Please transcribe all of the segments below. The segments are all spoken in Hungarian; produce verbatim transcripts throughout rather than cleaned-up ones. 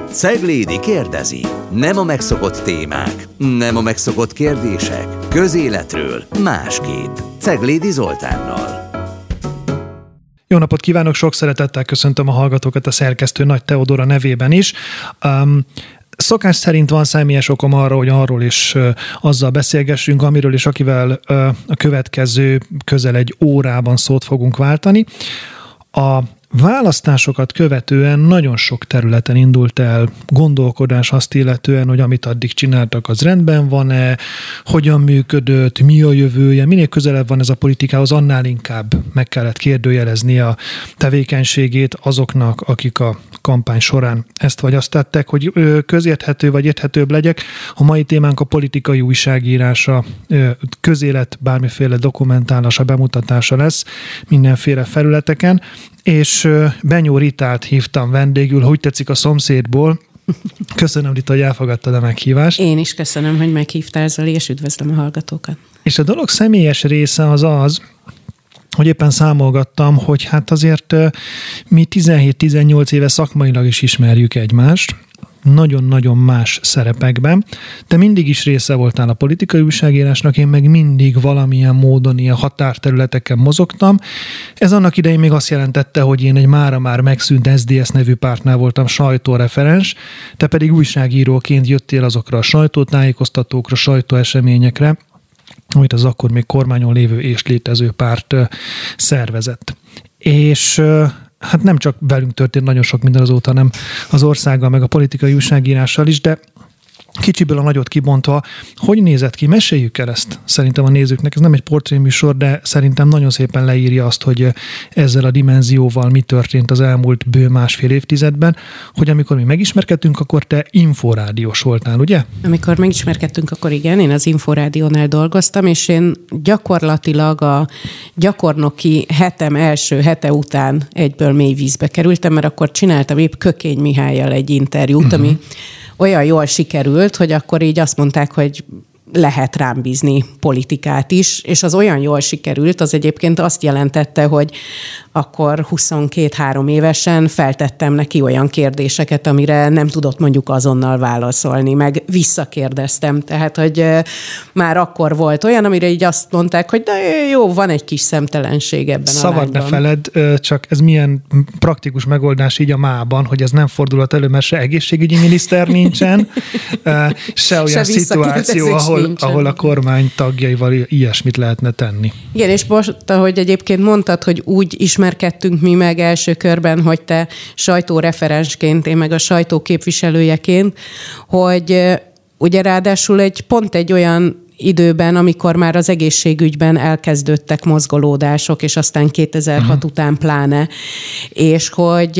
Ceglédi kérdezi. Nem a megszokott témák, nem a megszokott kérdések. Közéletről másképp. Ceglédi Zoltánnal. Jó napot kívánok, sok szeretettel köszöntöm a hallgatókat a szerkesztő Nagy Teodóra nevében is. Um, Szokás szerint van személyes okom arra, hogy arról is uh, azzal beszélgessünk, amiről is akivel uh, a következő közel egy órában szót fogunk váltani. A választásokat követően nagyon sok területen indult el gondolkodás azt illetően, hogy amit addig csináltak, az rendben van-e, hogyan működött, mi a jövője, minél közelebb van ez a politikához, annál inkább meg kellett kérdőjelezni a tevékenységét azoknak, akik a kampány során ezt vagy azt tettek, hogy közérthető vagy érthetőbb legyek. A mai témánk a politikai újságírása, közélet bármiféle dokumentálása, bemutatása lesz mindenféle felületeken, és Benyó Ritát hívtam vendégül, hogy tetszik a szomszédból. Köszönöm, Rita, hogy elfogadtad a meghívást. Én is köszönöm, hogy meghívtál, Zoli, és üdvözlöm a hallgatókat. És a dolog személyes része az az, hogy éppen számolgattam, hogy hát azért mi tizenhét-tizennyolc éve szakmailag is ismerjük egymást, nagyon-nagyon más szerepekben. Te mindig is része voltál a politikai újságírásnak, én meg mindig valamilyen módon ilyen határterületeken mozogtam. Ez annak idején még azt jelentette, hogy én egy mára már megszűnt es zé dé es nevű pártnál voltam sajtóreferens, te pedig újságíróként jöttél azokra a sajtótájékoztatókra, sajtóeseményekre, amit az akkor még kormányon lévő és létező párt szervezett. És hát nem csak velünk történt nagyon sok minden azóta, hanem az országgal, meg a politikai újságírással is, de kicsiből a nagyot kibontva, hogy nézett ki? Meséljük el ezt szerintem a nézőknek. Ez nem egy portréműsor, de szerintem nagyon szépen leírja azt, hogy ezzel a dimenzióval mi történt az elmúlt bő másfél évtizedben, hogy amikor mi megismerkedtünk, akkor te Inforádiós voltál, ugye? Amikor megismerkedtünk, akkor igen, én az Inforádiónál dolgoztam, és én gyakorlatilag a gyakornoki hetem első hete után egyből mély vízbe kerültem, mert akkor csináltam épp Kökény Mihállyal egy interjút, uh-huh. ami olyan jól sikerült, hogy akkor így azt mondták, hogy lehet rám bízni politikát is, és az olyan jól sikerült, az egyébként azt jelentette, hogy akkor huszonkét-három évesen feltettem neki olyan kérdéseket, amire nem tudott mondjuk azonnal válaszolni, meg visszakérdeztem. Tehát, hogy már akkor volt olyan, amire így azt mondták, hogy de jó, van egy kis szemtelenség ebben Szabad a lányban. ne feled, csak ez milyen praktikus megoldás így a mában, hogy ez nem fordulhat elő, mert se egészségügyi miniszter nincsen, se olyan se szituáció, ahol, ahol a kormány tagjaival ilyesmit lehetne tenni. Igen, és most, ahogy egyébként mondtad, hogy úgy ismerkedtünk mi meg első körben, hogy te sajtóreferensként, én meg a sajtó képviselőjeként, hogy ugye ráadásul egy pont egy olyan időben, amikor már az egészségügyben elkezdődtek mozgolódások, és aztán kétezer-hat uh-huh. után pláne, és hogy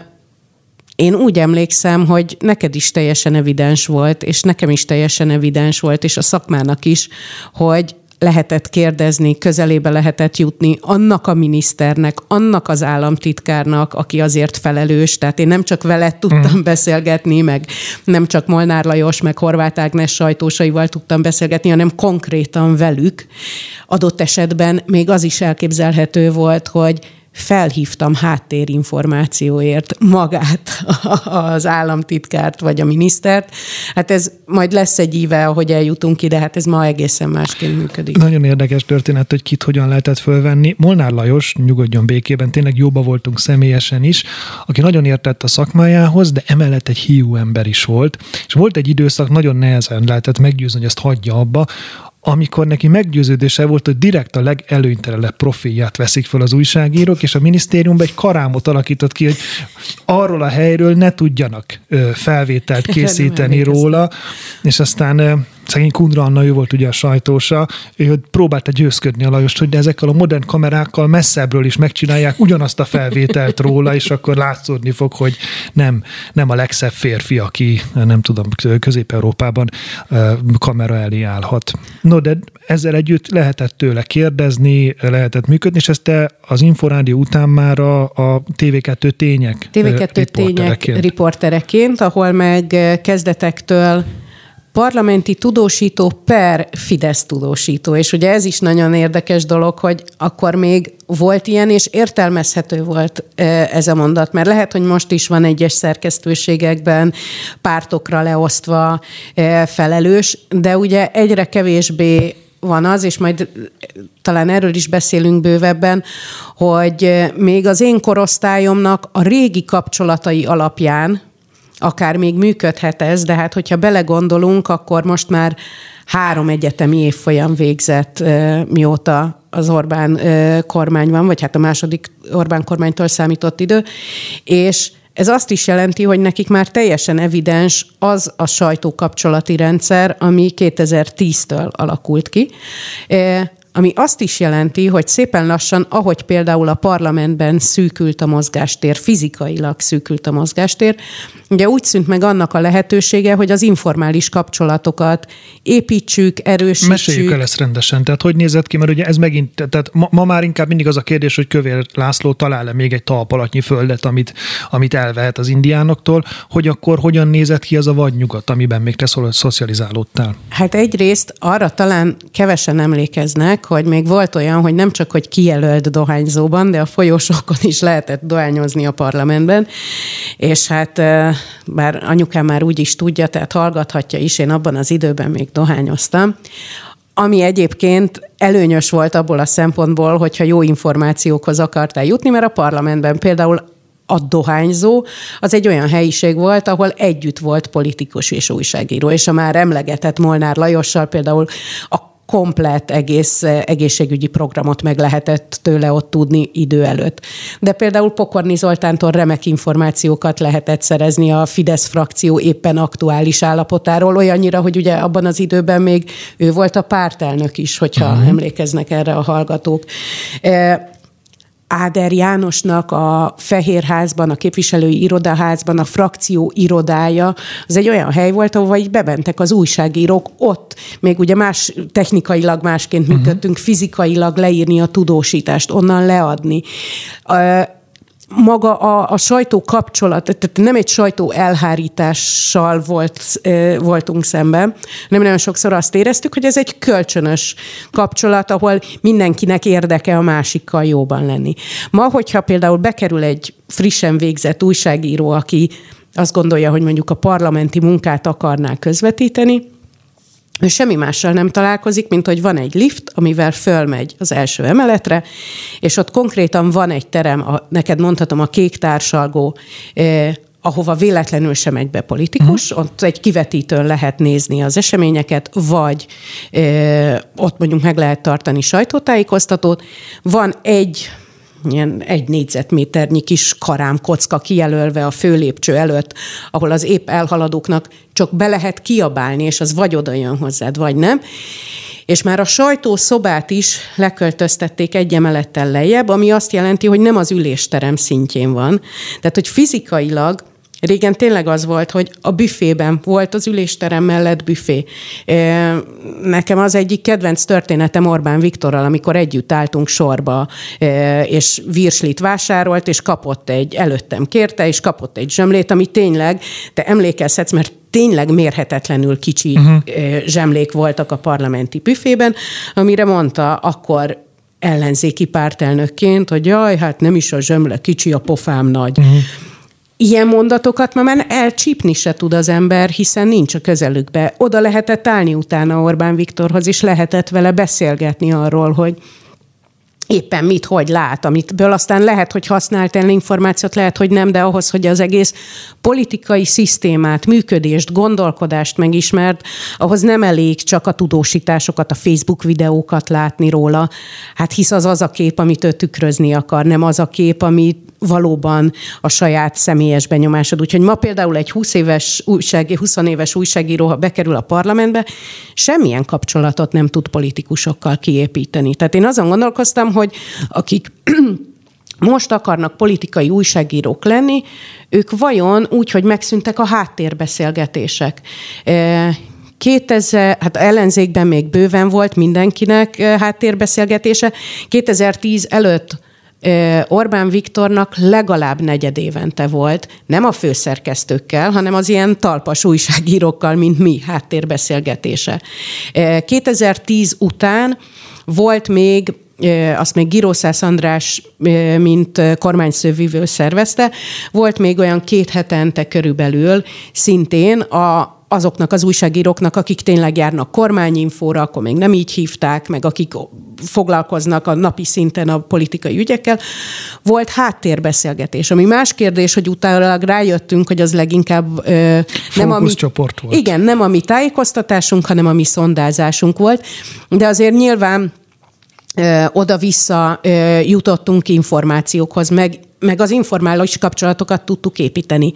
én úgy emlékszem, hogy neked is teljesen evidens volt, és nekem is teljesen evidens volt, és a szakmának is, hogy lehetett kérdezni, közelébe lehetett jutni annak a miniszternek, annak az államtitkárnak, aki azért felelős. Tehát én nem csak veled tudtam mm. beszélgetni, meg nem csak Molnár Lajos, meg Horváth Ágnes sajtósaival tudtam beszélgetni, hanem konkrétan velük. Adott esetben még az is elképzelhető volt, hogy felhívtam háttérinformációért magát az államtitkárt vagy a minisztert. Hát ez majd lesz egy íve, ahogy eljutunk ide, hát ez ma egészen másként működik. Nagyon érdekes történet, hogy kit hogyan lehetett fölvenni. Molnár Lajos, nyugodjon békében, tényleg jóba voltunk személyesen is, aki nagyon értett a szakmájához, de emellett egy hiú ember is volt. És volt egy időszak, nagyon nehezen lehetett meggyőzni, hogy ezt hagyja abba, amikor neki meggyőződése volt, hogy direkt a legelőnytelenebb profilját veszik fel az újságírók, és a minisztériumban egy karámot alakított ki, hogy arról a helyről ne tudjanak felvételt készíteni róla, és aztán szegény Kundra Anna, ő volt ugye a sajtósa, ő próbálta győzködni a Lajost, hogy de ezekkel a modern kamerákkal messzebbről is megcsinálják ugyanazt a felvételt róla, és akkor látszódni fog, hogy nem, nem a legszebb férfi, aki nem tudom, Közép-Európában kamera elé állhat. No, de ezzel együtt lehetett tőle kérdezni, lehetett működni, és ezt te az Inforádió után már a, a té vé kettő tények té vé kettő tények riportereként, ahol meg kezdetektől parlamenti tudósító per Fidesz tudósító. És ugye ez is nagyon érdekes dolog, hogy akkor még volt ilyen, és értelmezhető volt ez a mondat, mert lehet, hogy most is van egyes szerkesztőségekben pártokra leosztva felelős, de ugye egyre kevésbé van az, és majd talán erről is beszélünk bővebben, hogy még az én korosztályomnak a régi kapcsolatai alapján akár még működhet ez, de hát hogyha belegondolunk, akkor most már három egyetemi évfolyam végzett, mióta az Orbán kormány van, vagy hát a második Orbán kormánytól számított idő, és ez azt is jelenti, hogy nekik már teljesen evidens az a sajtókapcsolati rendszer, ami kétezer-tíztől alakult ki, ami azt is jelenti, hogy szépen lassan, ahogy például a parlamentben szűkült a mozgástér, fizikailag szűkült a mozgástér, ugye úgy szűnt meg annak a lehetősége, hogy az informális kapcsolatokat építsük, erősítsük. Meséljük el ezt rendesen. Tehát hogy nézett ki, mert ugye ez megint, tehát ma, ma már inkább mindig az a kérdés, hogy Kövér László talál-e még egy talpalatnyi földet, amit, amit elvehet az indiánoktól, hogy akkor hogyan nézett ki az a vadnyugat, amiben még te szocializálódtál? Hát egyrészt arra talán kevesen emlékeznek, hogy még volt olyan, hogy nem csak, hogy kijelölt dohányzóban, de a folyosókon is lehetett dohányozni a parlamentben, és hát bár anyukám már úgy is tudja, tehát hallgathatja is, én abban az időben még dohányoztam, ami egyébként előnyös volt abból a szempontból, hogyha jó információkhoz akartál jutni, mert a parlamentben például a dohányzó az egy olyan helyiség volt, ahol együtt volt politikus és újságíró, és a már emlegetett Molnár Lajossal például a komplett egész egészségügyi programot meg lehetett tőle ott tudni idő előtt. De például Pokorni Zoltántól remek információkat lehetett szerezni a Fidesz frakció éppen aktuális állapotáról, olyannyira, hogy ugye abban az időben még ő volt a pártelnök is, hogyha uh-huh. emlékeznek erre a hallgatók. Áder Jánosnak a Fehérházban, a képviselői irodaházban a frakció irodája, az egy olyan hely volt, ahova így bementek az újságírók, ott még ugye más, technikailag másként uh-huh. működtünk, fizikailag leírni a tudósítást, onnan leadni. Maga a, a sajtó kapcsolat, tehát nem egy sajtó elhárítással volt, voltunk szemben, hanem nagyon sokszor azt éreztük, hogy ez egy kölcsönös kapcsolat, ahol mindenkinek érdeke a másikkal jóban lenni. Ma, hogyha például bekerül egy frissen végzett újságíró, aki azt gondolja, hogy mondjuk a parlamenti munkát akarná közvetíteni, ő semmi mással nem találkozik, mint hogy van egy lift, amivel fölmegy az első emeletre, és ott konkrétan van egy terem, a, neked mondhatom, a kék társalgó, eh, ahova véletlenül sem megy be politikus, uh-huh. ott egy kivetítőn lehet nézni az eseményeket, vagy eh, ott mondjuk meg lehet tartani sajtótájékoztatót. Van egy ilyen egy négyzetméternyi kis karámkocka kijelölve a főlépcső előtt, ahol az épp elhaladóknak csak be lehet kiabálni, és az vagy oda jön hozzád, vagy nem. És már a sajtószobát is leköltöztették egy emelettel lejjebb, ami azt jelenti, hogy nem az ülésterem szintjén van. Tehát, hogy fizikailag régen tényleg az volt, hogy a büfében volt az ülésterem mellett büfé. Nekem az egyik kedvenc történetem Orbán Viktorral, amikor együtt álltunk sorba, és virslit vásárolt, és kapott egy, előttem kérte, és kapott egy zsömlét, ami tényleg, te emlékezhetsz, mert tényleg mérhetetlenül kicsi uh-huh. zsemlék voltak a parlamenti büfében, amire mondta akkor ellenzéki pártelnökként, hogy jaj, hát nem is a zsömle kicsi, a pofám nagy. Uh-huh. Ilyen mondatokat ma már elcsípni se tud az ember, hiszen nincs a közelükbe. Oda lehetett állni utána Orbán Viktorhoz, és lehetett vele beszélgetni arról, hogy éppen mit, hogy lát, amitből aztán lehet, hogy használt el információt, lehet, hogy nem, de ahhoz, hogy az egész politikai szisztémát, működést, gondolkodást megismert, ahhoz nem elég csak a tudósításokat, a Facebook videókat látni róla. Hát hisz az az a kép, amit ő tükrözni akar, nem az a kép, ami valóban a saját személyes benyomásod. Úgyhogy ma például egy húsz éves újság, húsz éves újságíró, ha bekerül a parlamentbe, semmilyen kapcsolatot nem tud politikusokkal kiépíteni. Tehát én azon gondolkoztam, hogy akik most akarnak politikai újságírók lenni, ők vajon úgy, hogy megszűntek a háttérbeszélgetések. kétezer, hát ellenzékben még bőven volt mindenkinek háttérbeszélgetése. kétezer-tíz előtt Orbán Viktornak legalább negyed évente volt, nem a főszerkesztőkkel, hanem az ilyen talpas újságírókkal, mint mi, háttérbeszélgetése. kétezer-tíz után volt még, azt még Girószász András, mint kormányszővivő szervezte, volt még olyan két hetente körülbelül szintén a azoknak az újságíróknak, akik tényleg járnak kormányinfóra, akkor még nem így hívták, meg akik foglalkoznak a napi szinten a politikai ügyekkel, volt háttérbeszélgetés. Ami más kérdés, hogy utána rájöttünk, hogy az leginkább ö, nem a mi, volt. Igen, nem a mi tájékoztatásunk, hanem a mi szondázásunk volt. De azért nyilván ö, oda-vissza ö, jutottunk információkhoz, meg, meg az informális kapcsolatokat tudtuk építeni.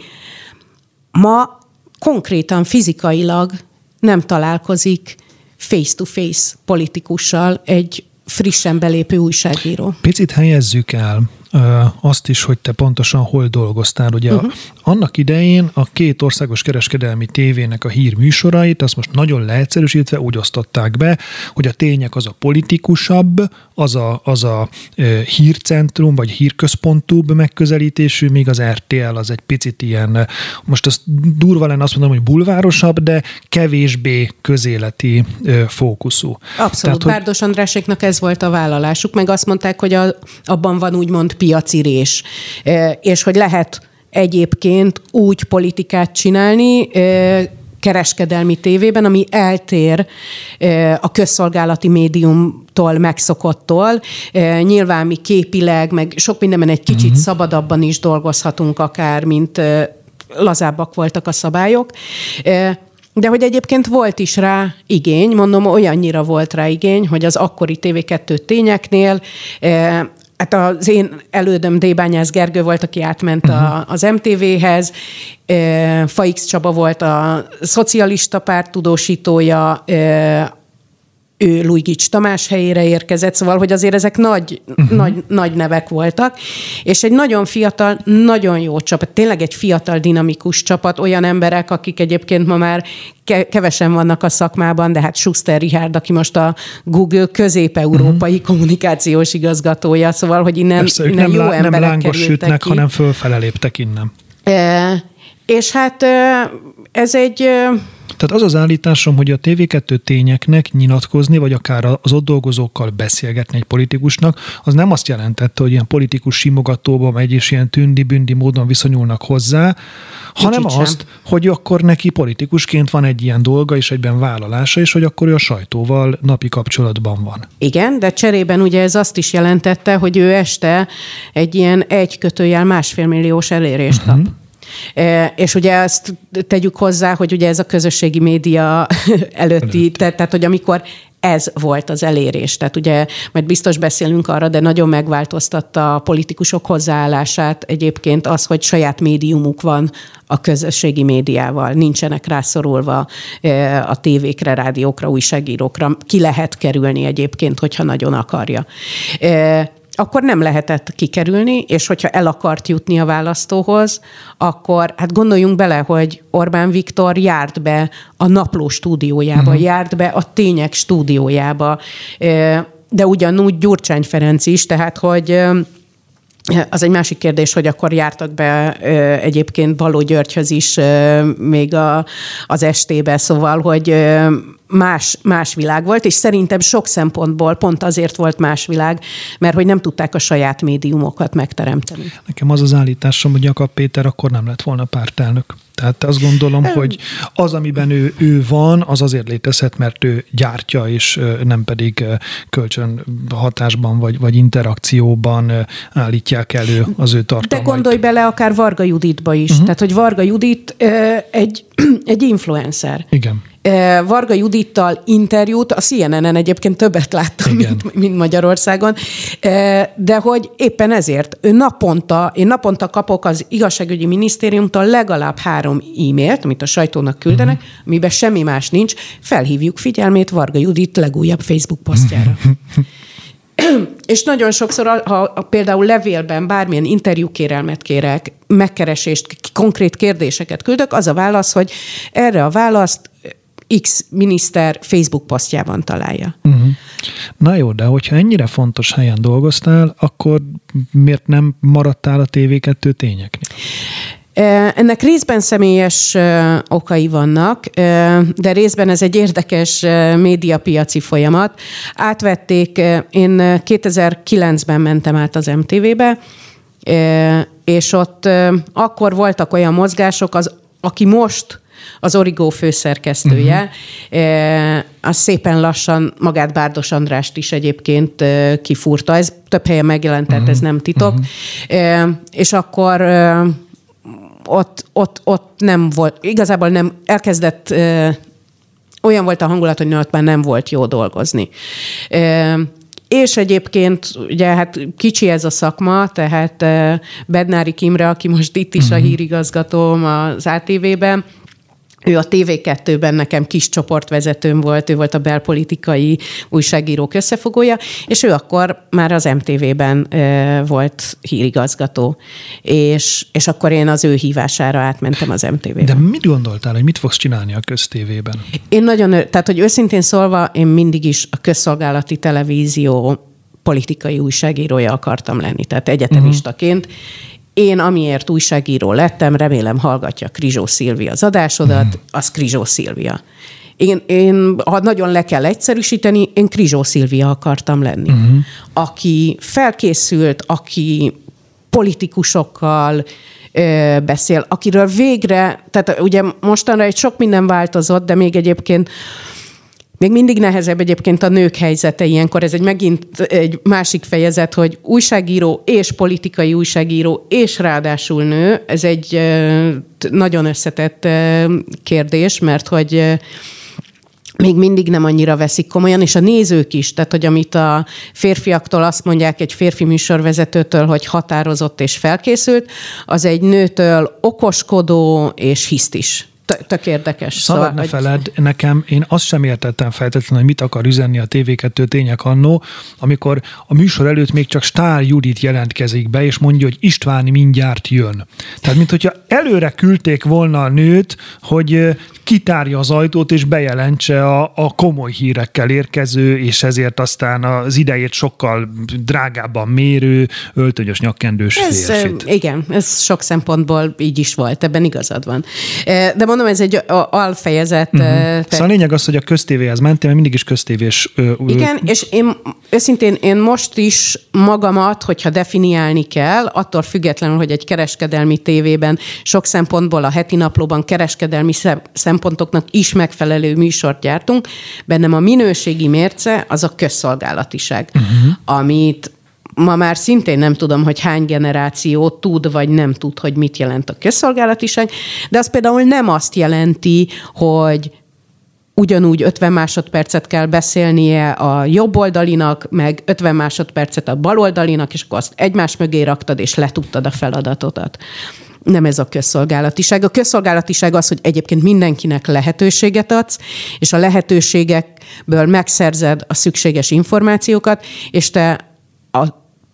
Ma konkrétan fizikailag nem találkozik face-to-face politikussal egy frissen belépő újságíró. Picit helyezzük el azt is, hogy te pontosan hol dolgoztál. Ugye uh-huh. annak idején a két országos kereskedelmi tévének a hírműsorait, azt most nagyon leegyszerűsítve úgy osztották be, hogy a tények az a politikusabb, az a, az a hírcentrum, vagy hírközpontúbb megközelítésű, míg az er té el az egy picit ilyen, most azt durva lenne azt mondom, hogy bulvárosabb, de kevésbé közéleti fókuszú. Abszolút. Tehát, Bárdos Andráséknak ez volt a vállalásuk, meg azt mondták, hogy a, abban van úgymond piacirés, és hogy lehet egyébként úgy politikát csinálni kereskedelmi tévében, ami eltér a közszolgálati médiumtól, megszokottól. Nyilván mi képileg, meg sok mindenben egy kicsit uh-huh. szabadabban is dolgozhatunk akár, mint lazábbak voltak a szabályok. De hogy egyébként volt is rá igény, mondom, olyannyira volt rá igény, hogy az akkori té vé kettő tényeknél hát az én elődöm Débányász Gergő volt, aki átment a, az em té véhez, Faix Csaba volt a szocialista párt tudósítója, ő Luigics Tamás helyére érkezett, szóval, hogy azért ezek nagy, uh-huh. nagy, nagy nevek voltak, és egy nagyon fiatal, nagyon jó csapat, tényleg egy fiatal, dinamikus csapat, olyan emberek, akik egyébként ma már kevesen vannak a szakmában, de hát Schuster Richard, aki most a Google közép-európai uh-huh. kommunikációs igazgatója, szóval, hogy innen, Persze, innen nem jó lá, emberek nem lángos kerültek sütnek, ki. hanem fölfele léptek innen. E, és hát ez egy... Tehát az az állításom, hogy a té vé kettő tényeknek nyilatkozni, vagy akár az ott dolgozókkal beszélgetni egy politikusnak, az nem azt jelentette, hogy ilyen politikus simogatóba megy, és ilyen tündi-bündi módon viszonyulnak hozzá, hanem Kicsit azt, sem. hogy akkor neki politikusként van egy ilyen dolga, és egyben vállalása, és hogy akkor ő a sajtóval napi kapcsolatban van. Igen, de cserében ugye ez azt is jelentette, hogy ő este egy ilyen egy kötőjel másfél milliós elérést kap. Uh-huh. E, és ugye ezt tegyük hozzá, hogy ugye ez a közösségi média előtti, előtti. Te, tehát hogy amikor ez volt az elérés. Tehát ugye majd biztos beszélünk arra, de nagyon megváltoztatta a politikusok hozzáállását egyébként az, hogy saját médiumuk van a közösségi médiával. Nincsenek rászorulva a tévékre, rádiókra, újságírókra. Ki lehet kerülni egyébként, hogyha nagyon akarja. Akkor nem lehetett kikerülni, és hogyha el akart jutni a választóhoz, akkor hát gondoljunk bele, hogy Orbán Viktor járt be a Napló stúdiójába, uh-huh. járt be a Tények stúdiójába, de ugyanúgy Gyurcsány Ferenc is, tehát hogy az egy másik kérdés, hogy akkor jártak be egyébként Baló Györgyhöz is még a, az estébe, szóval, hogy más, más világ volt, és szerintem sok szempontból pont azért volt más világ, mert hogy nem tudták a saját médiumokat megteremteni. Nekem az az állításom, hogy Jakab Péter akkor nem lett volna pártelnök. Tehát azt gondolom, um, hogy az, amiben ő, ő van, az azért létezhet, mert ő gyártja, és nem pedig kölcsönhatásban vagy, vagy interakcióban állítják elő az ő tartalmait. De gondolj bele akár Varga Juditba is. Uh-huh. Tehát, hogy Varga Judit egy, egy influencer. Igen. Varga Judittal interjút, a cé en en-en egyébként többet láttam, mint, mint Magyarországon, de hogy éppen ezért ő naponta, én naponta kapok az igazságügyi minisztériumtól legalább három e-mailt, amit a sajtónak küldenek, uh-huh. amiben semmi más nincs, felhívjuk figyelmét Varga Judit legújabb Facebook posztjára. És nagyon sokszor, ha például levélben bármilyen interjúkérelmet kérek, megkeresést, konkrét kérdéseket küldök, az a válasz, hogy erre a választ X miniszter Facebook posztjában találja. Uh-huh. Na jó, de hogyha ennyire fontos helyen dolgoztál, akkor miért nem maradtál a té vé kettő tényeknél? Ennek részben személyes okai vannak, de részben ez egy érdekes médiapiaci folyamat. Átvették, én kétezer-kilencben mentem át az em té vé-be, és ott akkor voltak olyan mozgások, az, aki most az Origo főszerkesztője, uh-huh. az szépen lassan magát Bárdos Andrást is egyébként kifúrta. Ez több helyen megjelent, tehát uh-huh. ez nem titok. Uh-huh. És akkor ott, ott, ott nem volt, igazából nem, elkezdett, olyan volt a hangulat, hogy ott már nem volt jó dolgozni. És egyébként, ugye hát kicsi ez a szakma, tehát Bednári Imre, aki most itt is uh-huh. a hírigazgatóm az á té vében, ő a té vé kettőben nekem kis csoportvezetőm volt, ő volt a belpolitikai újságírók összefogója, és ő akkor már az em té vében e, volt hírigazgató, és, és akkor én az ő hívására átmentem az em té vében. De mit gondoltál, hogy mit fogsz csinálni a köztévében? Én nagyon, tehát hogy őszintén szólva, én mindig is a közszolgálati televízió politikai újságírója akartam lenni, tehát egyetemistaként. Uh-huh. Én, amiért újságíró lettem, remélem hallgatja Krizsó Szilvia az adásodat, mm. az Krizsó Szilvia. Én, én, ha nagyon le kell egyszerűsíteni, én Krizsó Szilvia akartam lenni. Mm. Aki felkészült, aki politikusokkal ö, beszél, akiről végre, tehát ugye mostanra egy sok minden változott, de még egyébként még mindig nehezebb egyébként a nők helyzete ilyenkor. Ez egy megint egy másik fejezet, hogy újságíró és politikai újságíró és ráadásul nő. Ez egy nagyon összetett kérdés, mert hogy még mindig nem annyira veszik komolyan, és a nézők is, tehát hogy amit a férfiaktól azt mondják egy férfi műsorvezetőtől, hogy határozott és felkészült, az egy nőtől okoskodó és hisztis. Tök érdekes. Szabad szóval, ne feled, nekem, én azt sem értettem feltétlenül, hogy mit akar üzenni a té vé kettő tények annó, amikor a műsor előtt még csak Stál Judit jelentkezik be, és mondja, hogy István mindjárt jön. Tehát, mint hogyha előre küldték volna a nőt, hogy kitárja az ajtót, és bejelentse a, a komoly hírekkel érkező, és ezért aztán az idejét sokkal drágábban mérő, öltönyös nyakkendős ez, férfit. Igen, ez sok szempontból így is volt, ebben igazad van. De mondom, ez egy alfejezet. Uh-huh. Te... Szóval a lényeg az, hogy a köztévéhez mentél, mert mindig is köztévés. Ö, ö... Igen, és én őszintén én most is magamat, hogyha definiálni kell, attól függetlenül, hogy egy kereskedelmi tévében sok szempontból a heti naplóban kereskedelmi szempontoknak is megfelelő műsort gyártunk, bennem a minőségi mérce az a közszolgálatiság, uh-huh. amit ma már szintén nem tudom, hogy hány generáció tud, vagy nem tud, hogy mit jelent a közszolgálatiság, de az például nem azt jelenti, hogy ugyanúgy ötven másodpercet kell beszélnie a jobboldalinak, meg ötven másodpercet a baloldalinak, és akkor azt egymás mögé raktad, és letudtad a feladatodat. Nem ez a közszolgálatiság. A közszolgálatiság az, hogy egyébként mindenkinek lehetőséget adsz, és a lehetőségekből megszerzed a szükséges információkat, és te a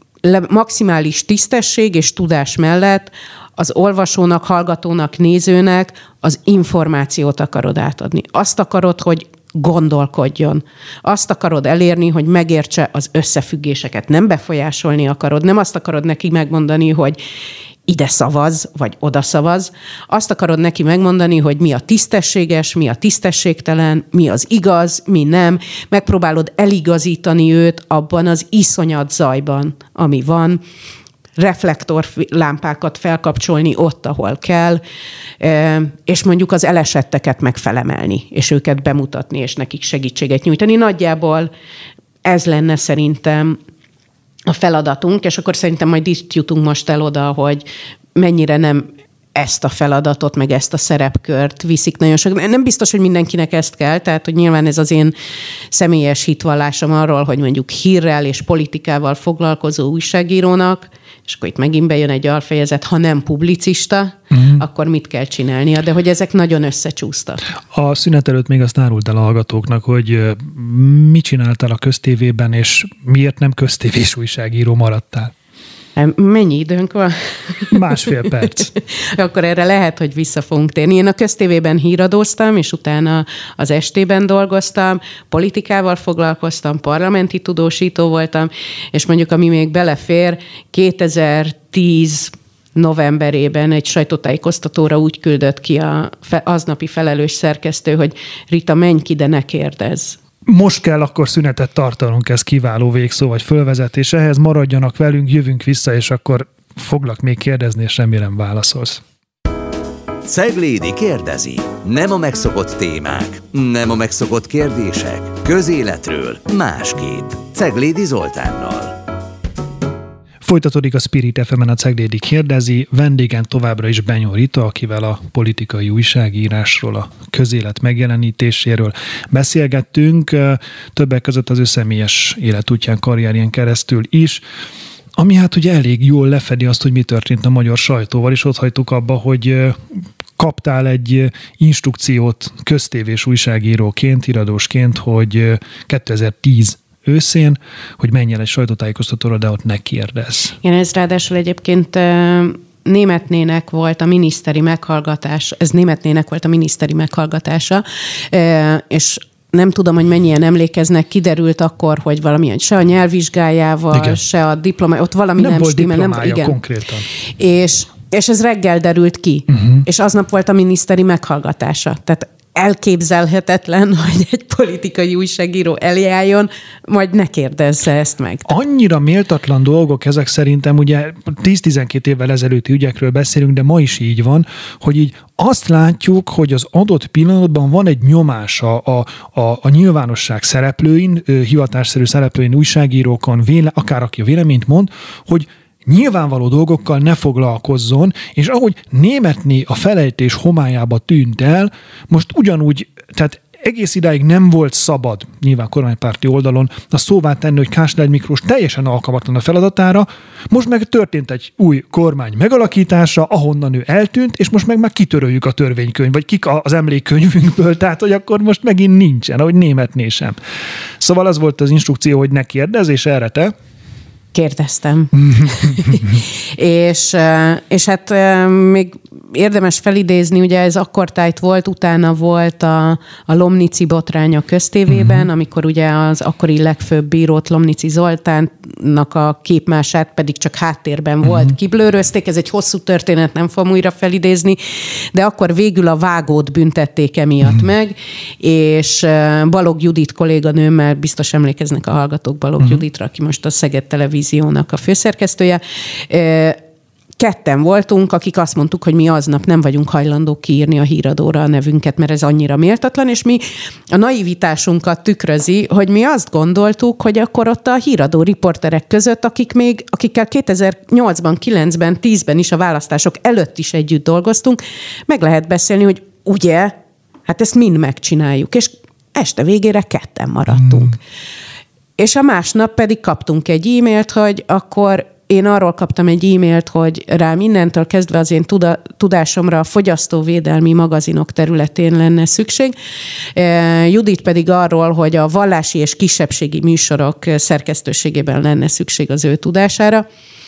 maximális tisztesség és tudás mellett az olvasónak, hallgatónak, nézőnek az információt akarod átadni. Azt akarod, hogy gondolkodjon. Azt akarod elérni, hogy megértse az összefüggéseket. Nem befolyásolni akarod, nem azt akarod neki megmondani, hogy ide szavaz, vagy oda szavaz. Azt akarod neki megmondani, hogy mi a tisztességes, mi a tisztességtelen, mi az igaz, mi nem. Megpróbálod eligazítani őt abban az iszonyat zajban, ami van. Reflektorlámpákat felkapcsolni ott, ahol kell, és mondjuk az elesetteket megfelemelni, és őket bemutatni, és nekik segítséget nyújtani. Nagyjából ez lenne szerintem a feladatunk, és akkor szerintem majd itt jutunk most el oda, hogy mennyire nem ezt a feladatot, meg ezt a szerepkört viszik nagyon sok. Nem biztos, hogy mindenkinek ezt kell, tehát hogy nyilván ez az én személyes hitvallásom arról, hogy mondjuk hírrel és politikával foglalkozó újságírónak, és akkor itt megint bejön egy alfejezet, ha nem publicista, uh-huh. akkor mit kell csinálnia, de hogy ezek nagyon összecsúsztak. A szünet előtt még azt árultál a hallgatóknak, hogy mit csináltál a köztévében, és miért nem köztévés újságíró maradtál? Mennyi időnk van? Másfél perc. Akkor erre lehet, hogy vissza fogunk térni. Én a köztévében híradóztam, és utána az estében dolgoztam, politikával foglalkoztam, parlamenti tudósító voltam, és mondjuk, ami még belefér, kétezer-tíz novemberében egy sajtótájékoztatóra úgy küldött ki a aznapi felelős szerkesztő, hogy Rita, menj ki, de ne kérdezz. Most kell akkor szünetet tartanunk, ez kiváló végszó vagy fölvezetés. Ehhez maradjanak velünk, jövünk vissza, és akkor foglak még kérdezni, és remélem válaszolsz. Ceglédi kérdezi. Nem a megszokott témák, nem a megszokott kérdések. Közéletről másképp. Ceglédi Zoltánnal. Folytatódik a Spirit ef emen a Ceglédi kérdezi, vendégen továbbra is Benyó Rita, akivel a politikai újságírásról, a közélet megjelenítéséről beszélgettünk, többek között az ő személyes életútján, karrierjén keresztül is, ami hát ugye elég jól lefedi azt, hogy mi történt a magyar sajtóval, és ott hagytuk abba, hogy kaptál egy instrukciót köztévés újságíróként, iradósként, hogy kétezer-tíz őszén, hogy menj el egy sajtótájékoztatóra, de ott ne kérdezz. Igen, ez ráadásul egyébként Németnének volt a miniszteri meghallgatás, ez Németnének volt a miniszteri meghallgatása, és nem tudom, hogy mennyien emlékeznek, kiderült akkor, hogy valamilyen se a nyelvvizsgájával, igen, se a diplomája, ott valami nem, nem volt stimmel. Diplomája, nem igen. konkrétan. És, és ez reggel derült ki, uh-huh. és aznap volt a miniszteri meghallgatása. Tehát elképzelhetetlen, hogy egy politikai újságíró elé álljon, majd ne kérdezze ezt meg. Annyira méltatlan dolgok ezek szerintem, ugye tíz-tizenkét évvel ezelőtti ügyekről beszélünk, de ma is így van, hogy így azt látjuk, hogy az adott pillanatban van egy nyomása a, a, a nyilvánosság szereplőin, hivatásszerű szereplőin, újságírókon, véle, akár aki a véleményt mond, hogy nyilvánvaló dolgokkal ne foglalkozzon, és ahogy Németné a felejtés homályába tűnt el, most ugyanúgy, tehát egész idáig nem volt szabad, nyilván kormánypárti oldalon, a szóvá tenni, hogy Kásler Miklós teljesen alkalmatlan a feladatára, most meg történt egy új kormány megalakítása, ahonnan ő eltűnt, és most meg már kitöröljük a törvénykönyv, vagy kik az emlékkönyvünkből, tehát hogy akkor most megint nincsen, ahogy Németné sem. Szóval az volt az instrukció, hogy ne kérdezz, és erre te? Kérdeztem. és, és hát még érdemes felidézni, ugye ez akkor tájt volt, utána volt a, a Lomnici botrány a köztévében, uh-huh. amikor ugye az akkori legfőbb bírót, Lomnici Zoltánnak a képmását pedig csak háttérben uh-huh. volt, kiblőrözték. Ez egy hosszú történet, nem fogom újra felidézni, de akkor végül a vágót büntették emiatt uh-huh. meg, és Balogh Judit kolléganőmmel, biztos emlékeznek a hallgatók Balogh uh-huh. Juditra, aki most a Szeged Televíziónak a főszerkesztője, ketten voltunk, akik azt mondtuk, hogy mi aznap nem vagyunk hajlandók kiírni a híradóra a nevünket, mert ez annyira méltatlan, és mi a naivitásunkat tükrözi, hogy mi azt gondoltuk, hogy akkor ott a híradó riporterek között, akik még, akikkel kétezer-nyolcban, kilencben, tízben is a választások előtt is együtt dolgoztunk, meg lehet beszélni, hogy ugye, hát ezt mind megcsináljuk, és este végére ketten maradtunk. Mm. És a másnap pedig kaptunk egy e-mailt, hogy akkor én arról kaptam egy e-mailt, hogy rám innentől kezdve az én tudásomra a fogyasztóvédelmi magazinok területén lenne szükség. Judit pedig arról, hogy a vallási és kisebbségi műsorok szerkesztőségében lenne szükség az ő tudására.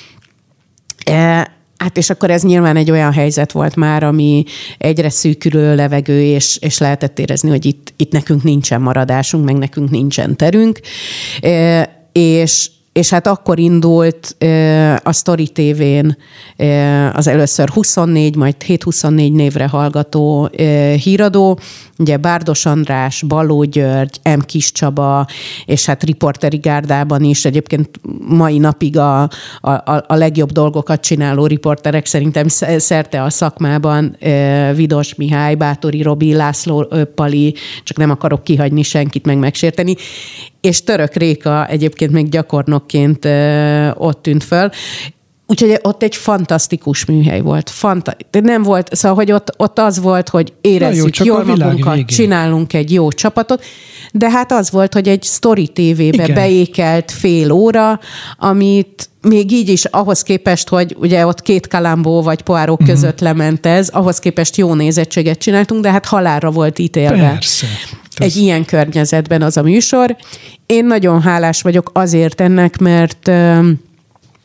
Hát és akkor ez nyilván egy olyan helyzet volt már, ami egyre szűkülő levegő, és, és lehetett érezni, hogy itt, itt nekünk nincsen maradásunk, meg nekünk nincsen terünk. És És hát akkor indult a Story té vén az először huszonnégy, majd hét huszonnégy névre hallgató híradó, ugye Bárdos András, Balló György, M. Kis Csaba, és hát riporteri gárdában is egyébként mai napig a, a, a legjobb dolgokat csináló riporterek szerintem szerte a szakmában, Vidos Mihály, Bátori Robi, László Pali, csak nem akarok kihagyni senkit, meg megsérteni, és Török Réka egyébként még gyakornokként ott tűnt föl. Úgyhogy ott egy fantasztikus műhely volt. Fanta- nem volt, szóval, hogy ott, ott az volt, hogy érezzük jó, jól magunkat, végén. Csinálunk egy jó csapatot, de hát az volt, hogy egy Story té vébe beékelt fél óra, amit még így is ahhoz képest, hogy ugye ott két Kalambó vagy Poirot uh-huh. között lement ez, ahhoz képest jó nézettséget csináltunk, de hát halálra volt ítélve. Persze. Egy ilyen környezetben az a műsor. Én nagyon hálás vagyok azért ennek, mert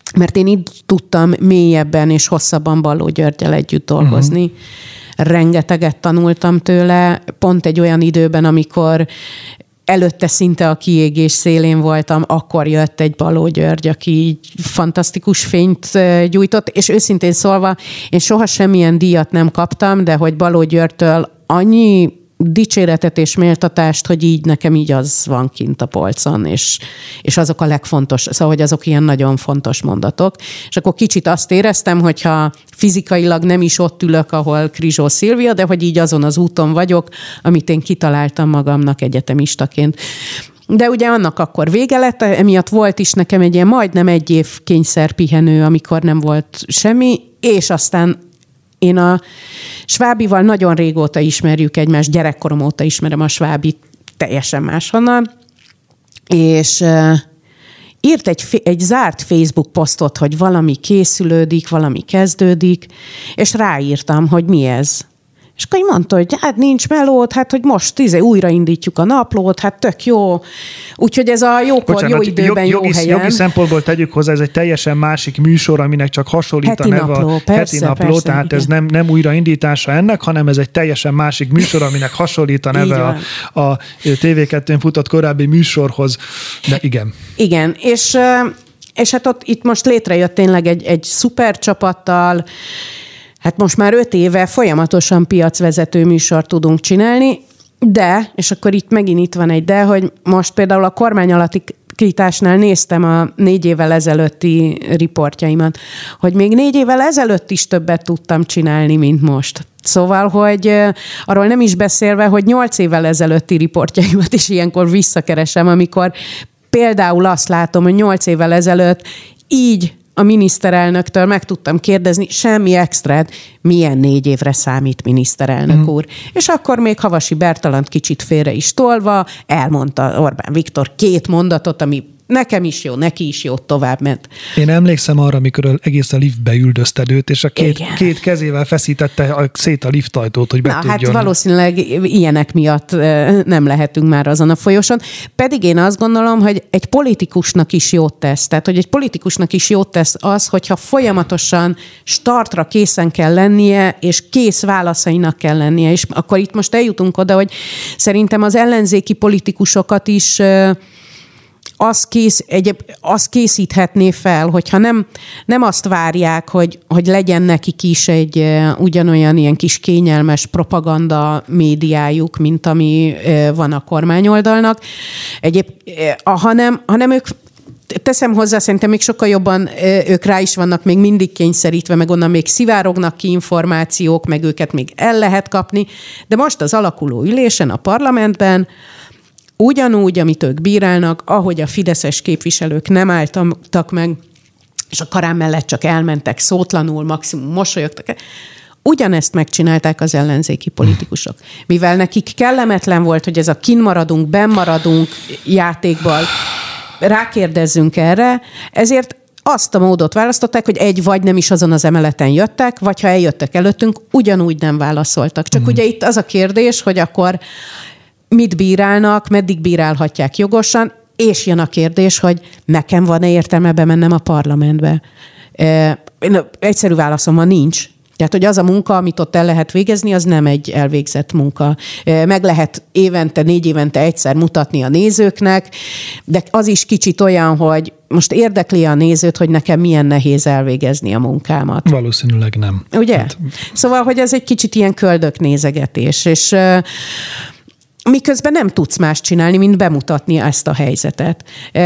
mert én így tudtam mélyebben és hosszabban Balló Györggyel együtt dolgozni. Uh-huh. Rengeteget tanultam tőle, pont egy olyan időben, amikor előtte szinte a kiégés szélén voltam, akkor jött egy Balló György, aki így fantasztikus fényt gyújtott, és őszintén szólva, én soha semmilyen díjat nem kaptam, de hogy Balló Györgytől annyi dicséretet és méltatást, hogy így nekem így az van kint a polcon, és, és azok a legfontos, szóval, hogy azok ilyen nagyon fontos mondatok. És akkor kicsit azt éreztem, hogyha fizikailag nem is ott ülök, ahol Krizsó Szilvia, de hogy így azon az úton vagyok, amit én kitaláltam magamnak egyetemistaként. De ugye annak akkor vége lett, emiatt volt is nekem egy ilyen majdnem egy év kényszerpihenő, amikor nem volt semmi, és aztán én a Svábival nagyon régóta ismerjük egymást, gyerekkorom óta ismerem a Svábit teljesen máshonnan, és uh, írt egy, egy zárt Facebook posztot, hogy valami készülődik, valami kezdődik, és ráírtam, hogy mi ez. És akkor mondta, hogy hát nincs melód, hát hogy most tíze, újraindítjuk a naplót, hát tök jó. Úgyhogy ez a jókor, Bocsánat, jó időben, jog, jogi, jó helyen. Jogi szempontból tegyük hozzá, ez egy teljesen másik műsor, aminek csak hasonlít heti a neve napló, a persze, heti napló, persze, tehát igen. ez nem, nem újraindítása ennek, hanem ez egy teljesen másik műsor, aminek hasonlít a neve a, a té vé kettőn futott korábbi műsorhoz. De igen. Igen, és, és hát ott itt most létrejött tényleg egy, egy szuper csapattal. Hát most már öt éve folyamatosan piacvezető műsort tudunk csinálni, de, és akkor itt megint itt van egy de, hogy most például a kormány alakításnál néztem a négy évvel ezelőtti riportjaimat, hogy még négy évvel ezelőtt is többet tudtam csinálni, mint most. Szóval, hogy arról nem is beszélve, hogy nyolc évvel ezelőtti riportjaimat is ilyenkor visszakeresem, amikor például azt látom, hogy nyolc évvel ezelőtt így a miniszterelnöktől meg tudtam kérdezni, semmi extrát, milyen négy évre számít miniszterelnök mm. úr. És akkor még Havasi Bertalant kicsit félre is tolva, elmondta Orbán Viktor két mondatot, ami nekem is jó, neki is jó, tovább ment. Én emlékszem arra, amikor egész a liftbe üldözted őt, és a két, két kezével feszítette a, szét a liftajtót, hogy be Na, tudjon. Hát valószínűleg ilyenek miatt nem lehetünk már azon a folyoson. Pedig én azt gondolom, hogy egy politikusnak is jót tesz. Tehát, hogy egy politikusnak is jót tesz az, hogyha folyamatosan startra készen kell lennie, és kész válaszainak kell lennie. És akkor itt most eljutunk oda, hogy szerintem az ellenzéki politikusokat is az, kész, egy, az készíthetné fel, hogyha nem, nem azt várják, hogy, hogy legyen nekik is egy e, ugyanolyan ilyen kis kényelmes propaganda médiájuk, mint ami e, van a kormányoldalnak, Egyéb, e, hanem, hanem ők teszem hozzá, szerintem még sokkal jobban ők rá is vannak még mindig kényszerítve, meg onnan még szivárognak ki információk, meg őket még el lehet kapni, de most az alakuló ülésen a parlamentben ugyanúgy, amit ők bírálnak, ahogy a fideszes képviselők nem álltak meg, és a karám mellett csak elmentek szótlanul, maximum mosolyogtak, ugyanezt megcsinálták az ellenzéki politikusok. Mivel nekik kellemetlen volt, hogy ez a kin maradunk, benn maradunk játékból, rákérdezzünk erre, ezért azt a módot választották, hogy egy vagy nem is azon az emeleten jöttek, vagy ha eljöttek előttünk, ugyanúgy nem válaszoltak. Csak mm. ugye itt az a kérdés, hogy akkor mit bírálnak, meddig bírálhatják jogosan, és jön a kérdés, hogy nekem van-e értelme bemennem a parlamentbe. E, egyszerű válaszom van, nincs. Tehát, hogy az a munka, amit ott el lehet végezni, az nem egy elvégzett munka. Meg lehet évente, négy évente egyszer mutatni a nézőknek, de az is kicsit olyan, hogy most érdekli a nézőt, hogy nekem milyen nehéz elvégezni a munkámat. Valószínűleg nem. Ugye? Hát... Szóval, hogy ez egy kicsit ilyen köldöknézegetés, és miközben nem tudsz más csinálni, mint bemutatni ezt a helyzetet.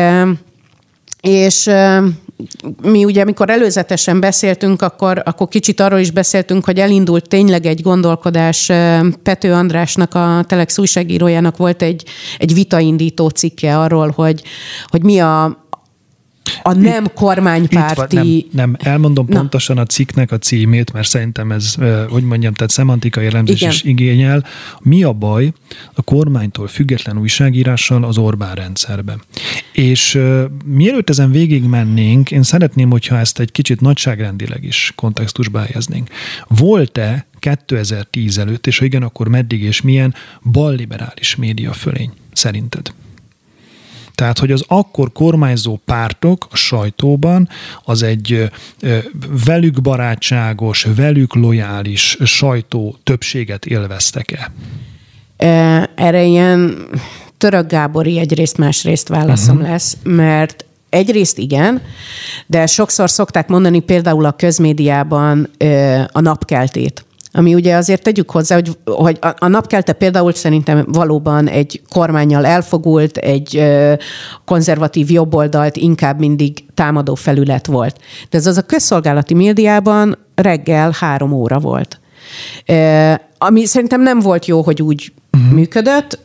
És mi ugye, amikor előzetesen beszéltünk, akkor, akkor kicsit arról is beszéltünk, hogy elindult tényleg egy gondolkodás. Pető Andrásnak, a Telex újságírójának volt egy, egy vitaindító cikke arról, hogy, hogy mi a a nem itt, kormánypárti... Itt van, nem, nem, elmondom Na. pontosan a cikknek a címét, mert szerintem ez, hogy mondjam, tehát szemantikai elemzés Igen. is igényel. Mi a baj a kormánytól független újságírással az Orbán rendszerben? És uh, mielőtt ezen végig mennénk, én szeretném, hogyha ezt egy kicsit nagyságrendileg is kontextusba helyeznénk. Volt-e kétezer-tíz előtt, és ha igen, akkor meddig és milyen balliberális média fölény szerinted? Tehát, hogy az akkor kormányzó pártok a sajtóban az egy velük barátságos, velük lojális sajtó többséget élveztek-e? Erre ilyen Török Gábori egyrészt másrészt válaszom uh-huh. lesz, mert egyrészt igen, de sokszor szokták mondani például a közmédiában a napkeltét. Ami ugye azért tegyük hozzá, hogy, hogy a Napkelte például szerintem valóban egy kormánnyal elfogult, egy konzervatív jobboldalt inkább mindig támadó felület volt. De ez az a közszolgálati médiában reggel három óra volt. Ami szerintem nem volt jó, hogy úgy uh-huh. működött,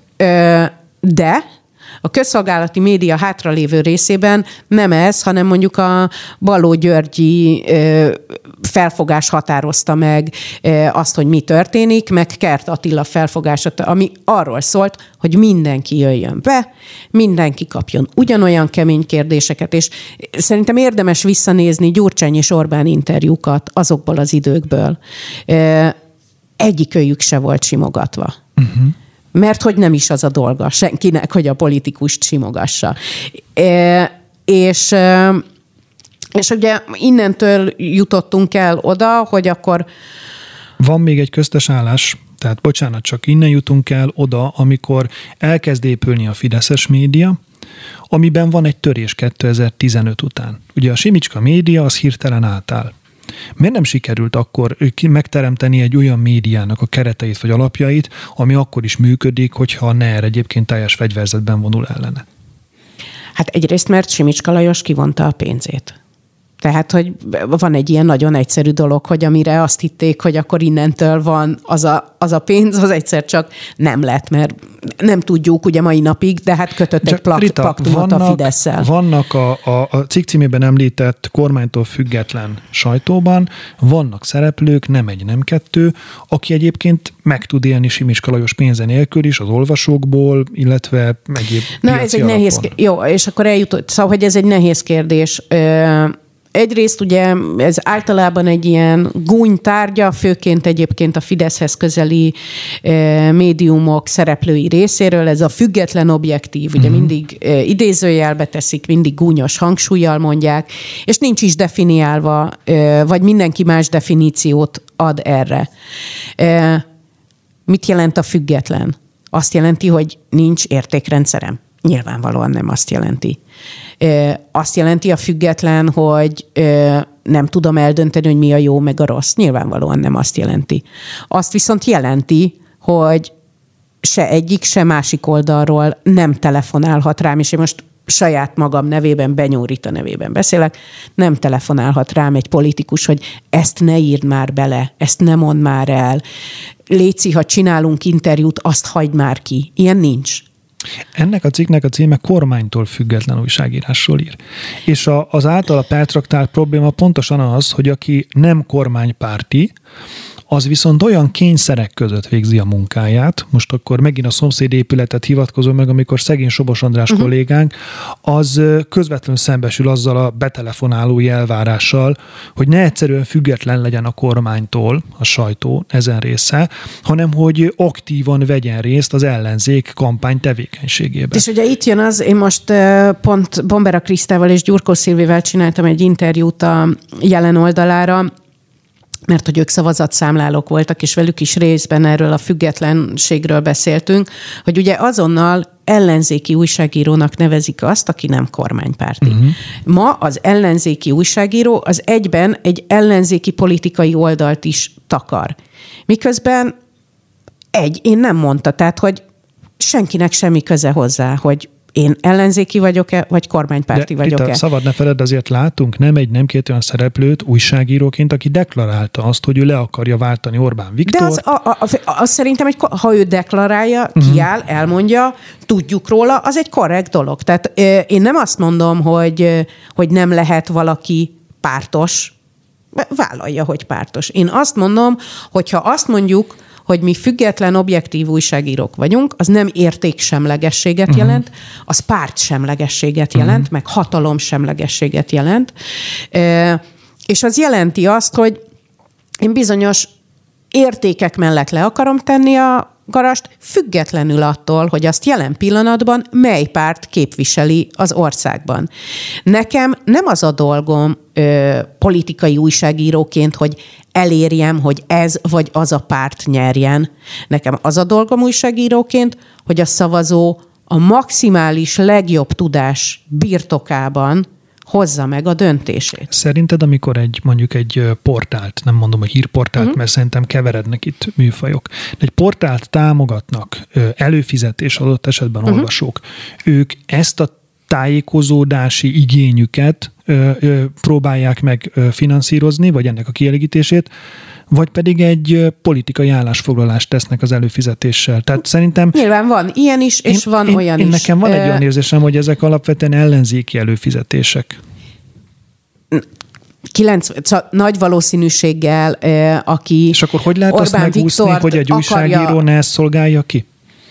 de a közszolgálati média hátralévő részében nem ez, hanem mondjuk a Balló Györgyi felfogás határozta meg azt, hogy mi történik, meg Kert Attila felfogása, ami arról szólt, hogy mindenki jöjjön be, mindenki kapjon ugyanolyan kemény kérdéseket, és szerintem érdemes visszanézni Gyurcsány és Orbán interjúkat azokból az időkből. Egyikőjük se volt simogatva. Uh-huh. Mert hogy nem is az a dolga senkinek, hogy a politikust simogassa. E, és, és ugye innentől jutottunk el oda, hogy akkor... Van még egy köztes állás, tehát bocsánat, csak innen jutunk el oda, amikor elkezd épülni a fideszes média, amiben van egy törés kétezer-tizenöt után. Ugye a Simicska média az hirtelen átáll. Miért nem sikerült akkor megteremteni egy olyan médiának a kereteit vagy alapjait, ami akkor is működik, hogyha a NER egyébként teljes fegyverzetben vonul ellene? Hát egyrészt, mert Simicska Lajos kivonta a pénzét. Tehát, hogy van egy ilyen nagyon egyszerű dolog, hogy amire azt hitték, hogy akkor innentől van az a, az a pénz, az egyszer csak nem lett, mert nem tudjuk ugye mai napig, de hát kötött csak egy plak, Rita, paktumot vannak, a Fidesszel. Vannak a, a, a cikk címében említett kormánytól független sajtóban, vannak szereplők, nem egy, nem kettő, aki egyébként meg tud élni Simicska Lajos pénze nélkül is, az olvasókból, illetve egyéb Na, ez egy alapon. Nehéz, jó, és akkor eljutott, szóval, hogy ez egy nehéz kérdés. Egyrészt ugye ez általában egy ilyen gúny tárgya, főként egyébként a Fideszhez közeli e, médiumok szereplői részéről. Ez a független objektív, ugye uh-huh. mindig e, idézőjelbe teszik, mindig gúnyos hangsúllyal mondják, és nincs is definiálva, e, vagy mindenki más definíciót ad erre. E, mit jelent a független? Azt jelenti, hogy nincs értékrendszerem. Nyilvánvalóan nem azt jelenti. Azt jelenti a független, hogy nem tudom eldönteni, hogy mi a jó, meg a rossz. Nyilvánvalóan nem azt jelenti. Azt viszont jelenti, hogy se egyik, se másik oldalról nem telefonálhat rám, és én most saját magam nevében, Benyó Rita nevében beszélek, nem telefonálhat rám egy politikus, hogy ezt ne írd már bele, ezt ne mondd már el, léci, ha csinálunk interjút, azt hagyd már ki. Ilyen nincs. Ennek a cikknek a címe kormánytól független újságírásról ír. És a, az általa pertraktált probléma pontosan az, hogy aki nem kormánypárti, az viszont olyan kényszerek között végzi a munkáját, most akkor megint a szomszédépületet hivatkozom meg, amikor szegény Sobos András uh-huh. kollégánk, az közvetlenül szembesül azzal a betelefonáló elvárással, hogy ne egyszerűen független legyen a kormánytól a sajtó ezen része, hanem hogy aktívan vegyen részt az ellenzék kampány tevékenységében. És ugye itt jön az, én most pont Bombera Krisztával és Gyurkó Szilvivel csináltam egy interjút a Jelen oldalára, mert hogy ők szavazatszámlálók voltak, és velük is részben erről a függetlenségről beszéltünk, hogy ugye azonnal ellenzéki újságírónak nevezik azt, aki nem kormánypárti. Uh-huh. Ma az ellenzéki újságíró az egyben egy ellenzéki politikai oldalt is takar. Miközben egy, én nem mondta, tehát hogy senkinek semmi köze hozzá, hogy én ellenzéki vagyok-e, vagy kormánypárti De vagyok-e. Rita, szabad ne feled, azért látunk nem egy, nem két olyan szereplőt újságíróként, aki deklarálta azt, hogy ő le akarja váltani Orbán Viktort. De az, a, a, az szerintem, hogy ha ő deklarálja, uh-huh. kiáll, elmondja, tudjuk róla, az egy korrekt dolog. Tehát én nem azt mondom, hogy, hogy nem lehet valaki pártos, vállalja, hogy pártos. Én azt mondom, hogyha azt mondjuk, hogy mi független, objektív újságírók vagyunk, az nem értéksemlegességet uh-huh. jelent, az pártsemlegességet jelent, uh-huh. meg hatalomsemlegességet jelent. E, és az jelenti azt, hogy én bizonyos értékek mellett le akarom tenni a garast, függetlenül attól, hogy azt jelen pillanatban mely párt képviseli az országban. Nekem nem az a dolgom ö, politikai újságíróként, hogy elérjem, hogy ez vagy az a párt nyerjen. Nekem az a dolgom újságíróként, hogy a szavazó a maximális legjobb tudás birtokában hozza meg a döntését. Szerinted, amikor egy mondjuk egy portált, nem mondom a hírportált, uh-huh. mert szerintem keverednek itt műfajok, egy portált támogatnak előfizetés adott esetben uh-huh. olvasók, ők ezt a tájékozódási igényüket ö, ö, próbálják meg ö, finanszírozni, vagy ennek a kielégítését, vagy pedig egy politikai állásfoglalást tesznek az előfizetéssel. Tehát szerintem... Nyilván van ilyen is, és én, van én, olyan én is. Nekem van egy olyan érzésem, hogy ezek alapvetően ellenzéki előfizetések. kilencven nagy valószínűséggel, aki És akkor hogy lehet Orbán azt megúszni, Viktort hogy egy újságíró akarja... ne ezt szolgálja ki?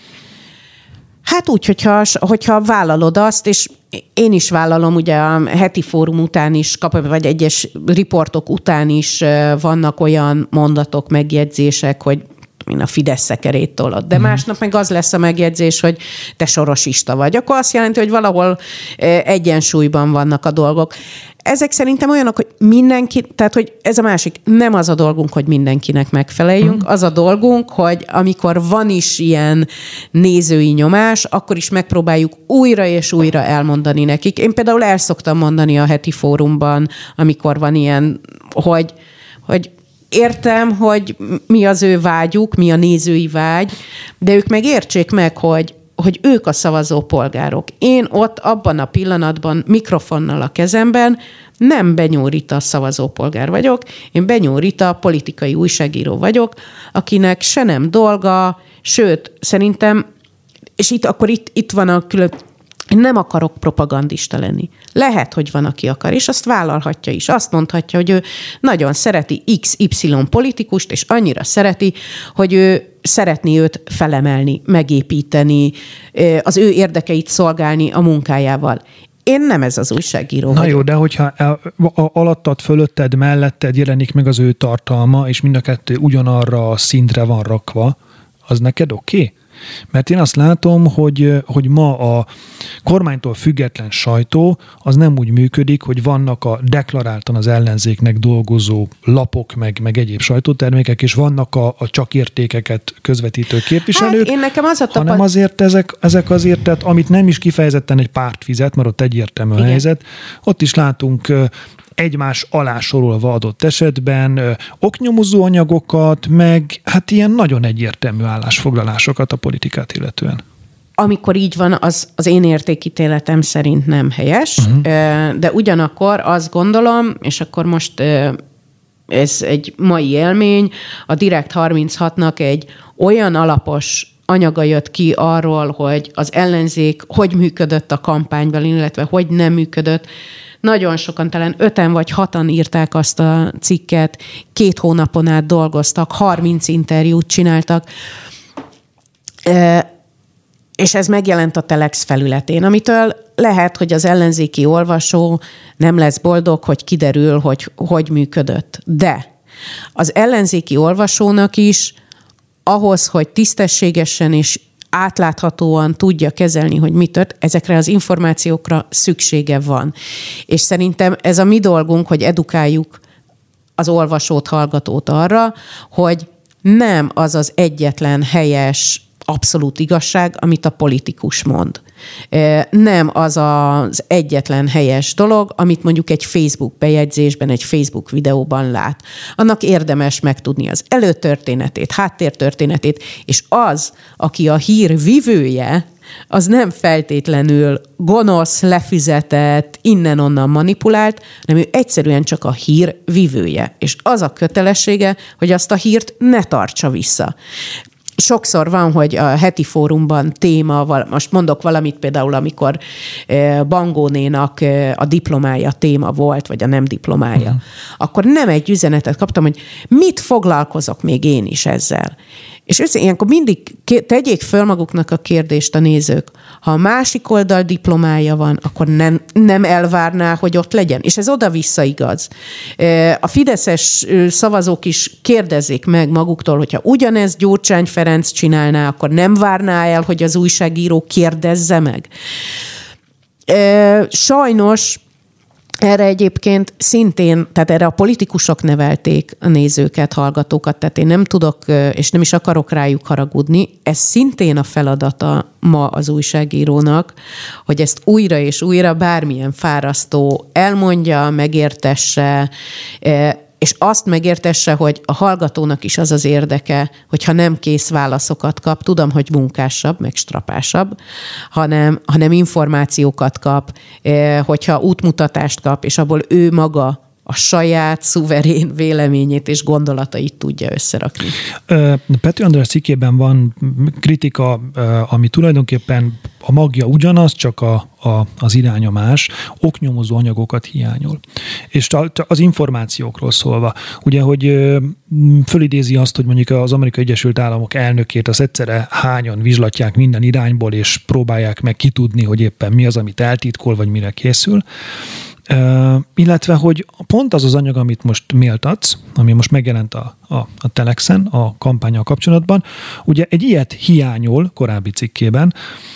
Hát úgy, hogyha, hogyha vállalod azt, és én is vállalom, ugye a heti fórum után is, vagy egyes riportok után is vannak olyan mondatok, megjegyzések, hogy én a Fidesz szekerét tolod. De mm. másnap meg az lesz a megjegyzés, hogy te sorosista vagy. Akkor azt jelenti, hogy valahol egyensúlyban vannak a dolgok. Ezek szerintem olyanok, hogy mindenki, tehát hogy ez a másik, nem az a dolgunk, hogy mindenkinek megfeleljünk, mm. az a dolgunk, hogy amikor van is ilyen nézői nyomás, akkor is megpróbáljuk újra és újra elmondani nekik. Én például el szoktam mondani a heti fórumban, amikor van ilyen, hogy, hogy értem, hogy mi az ő vágyuk, mi a nézői vágy, de ők meg értsék meg, hogy, hogy ők a szavazó polgárok. Én ott abban a pillanatban mikrofonnal a kezemben nem Benyó Rita szavazópolgár vagyok, én Benyó Rita politikai újságíró vagyok, akinek se nem dolga, sőt, szerintem, és itt akkor itt, itt van a külön, én nem akarok propagandista lenni. Lehet, hogy van, aki akar, és azt vállalhatja is. Azt mondhatja, hogy ő nagyon szereti iksz ipszilon politikust, és annyira szereti, hogy ő szeretné őt felemelni, megépíteni, az ő érdekeit szolgálni a munkájával. Én nem ez az újságíró Na vagyok. jó, de hogyha alattad, fölötted, melletted jelenik meg az ő tartalma, és mind a kettő ugyanarra a szintre van rakva, az neked oké? Okay? Mert én azt látom, hogy, hogy ma a kormánytól független sajtó az nem úgy működik, hogy vannak a deklaráltan az ellenzéknek dolgozó lapok, meg, meg egyéb sajtótermékek, és vannak a, a csak értékeket közvetítő képviselők, hát én nekem az a tapad... hanem azért ezek, ezek azért, tehát amit nem is kifejezetten egy párt fizet, mert ott egyértelmű a helyzet, ott is látunk egymás alá sorolva adott esetben ö, oknyomozó anyagokat, meg hát ilyen nagyon egyértelmű állásfoglalásokat a politikát illetően. Amikor így van, az, az én értékítéletem szerint nem helyes, uh-huh. de ugyanakkor azt gondolom, és akkor most ez egy mai élmény, a Direkt harminchatnak egy olyan alapos anyaga jött ki arról, hogy az ellenzék hogy működött a kampányban, illetve hogy nem működött. Nagyon sokan, talán öten vagy hatan írták azt a cikket, két hónapon át dolgoztak, harminc interjút csináltak, és ez megjelent a Telex felületén, amitől lehet, hogy az ellenzéki olvasó nem lesz boldog, hogy kiderül, hogy hogy működött. De az ellenzéki olvasónak is ahhoz, hogy tisztességesen és átláthatóan tudja kezelni, hogy mi tört, ezekre az információkra szüksége van. És szerintem ez a mi dolgunk, hogy edukáljuk az olvasót, hallgatót arra, hogy nem az az egyetlen helyes, abszolút igazság, amit a politikus mond. Nem az az egyetlen helyes dolog, amit mondjuk egy Facebook bejegyzésben, egy Facebook videóban lát. Annak érdemes megtudni az előtörténetét, háttértörténetét, és az, aki a hír vivője, az nem feltétlenül gonosz, lefizetett, innen-onnan manipulált, hanem ő egyszerűen csak a hír vivője. És az a kötelessége, hogy azt a hírt ne tartsa vissza. Sokszor van, hogy a heti fórumban téma, most mondok valamit például, amikor Bangónénak a diplomája téma volt, vagy a nem diplomája, uh-huh. akkor nem egy üzenetet kaptam, hogy mit foglalkozok még én is ezzel. És össze, ilyenkor mindig tegyék föl maguknak a kérdést a nézők. Ha a másik oldal diplomája van, akkor nem, nem elvárná, hogy ott legyen. És ez oda-vissza igaz. A fideszes szavazók is kérdezzék meg maguktól, hogyha ugyanezt Gyurcsány Ferenc csinálná, akkor nem várná el, hogy az újságíró kérdezze meg. Sajnos erre egyébként szintén, tehát erre a politikusok nevelték a nézőket, hallgatókat, tehát én nem tudok, és nem is akarok rájuk haragudni. Ez szintén a feladata ma az újságírónak, hogy ezt újra és újra bármilyen fárasztó elmondja, megértesse, és azt megértesse, hogy a hallgatónak is az az érdeke, hogyha nem kész válaszokat kap, tudom, hogy munkásabb, meg strapásabb, hanem, hanem információkat kap, hogyha útmutatást kap, és abból ő maga a saját szuverén véleményét és gondolatait tudja összerakni. Pető András cikkében van kritika, ami tulajdonképpen a magja ugyanaz, csak a, a, az iránya más, oknyomozó anyagokat hiányol. És az információkról szólva, ugye, hogy fölidézi azt, hogy mondjuk az Amerikai Egyesült Államok elnökét az egyszerre hányan vizslatják minden irányból, és próbálják meg kitudni, hogy éppen mi az, amit eltitkol, vagy mire készül. Uh, illetve, hogy pont az az anyag, amit most méltatsz, ami most megjelent a, a, a Telexen, a kampánnyal kapcsolatban, ugye egy ilyet hiányol korábbi cikkében,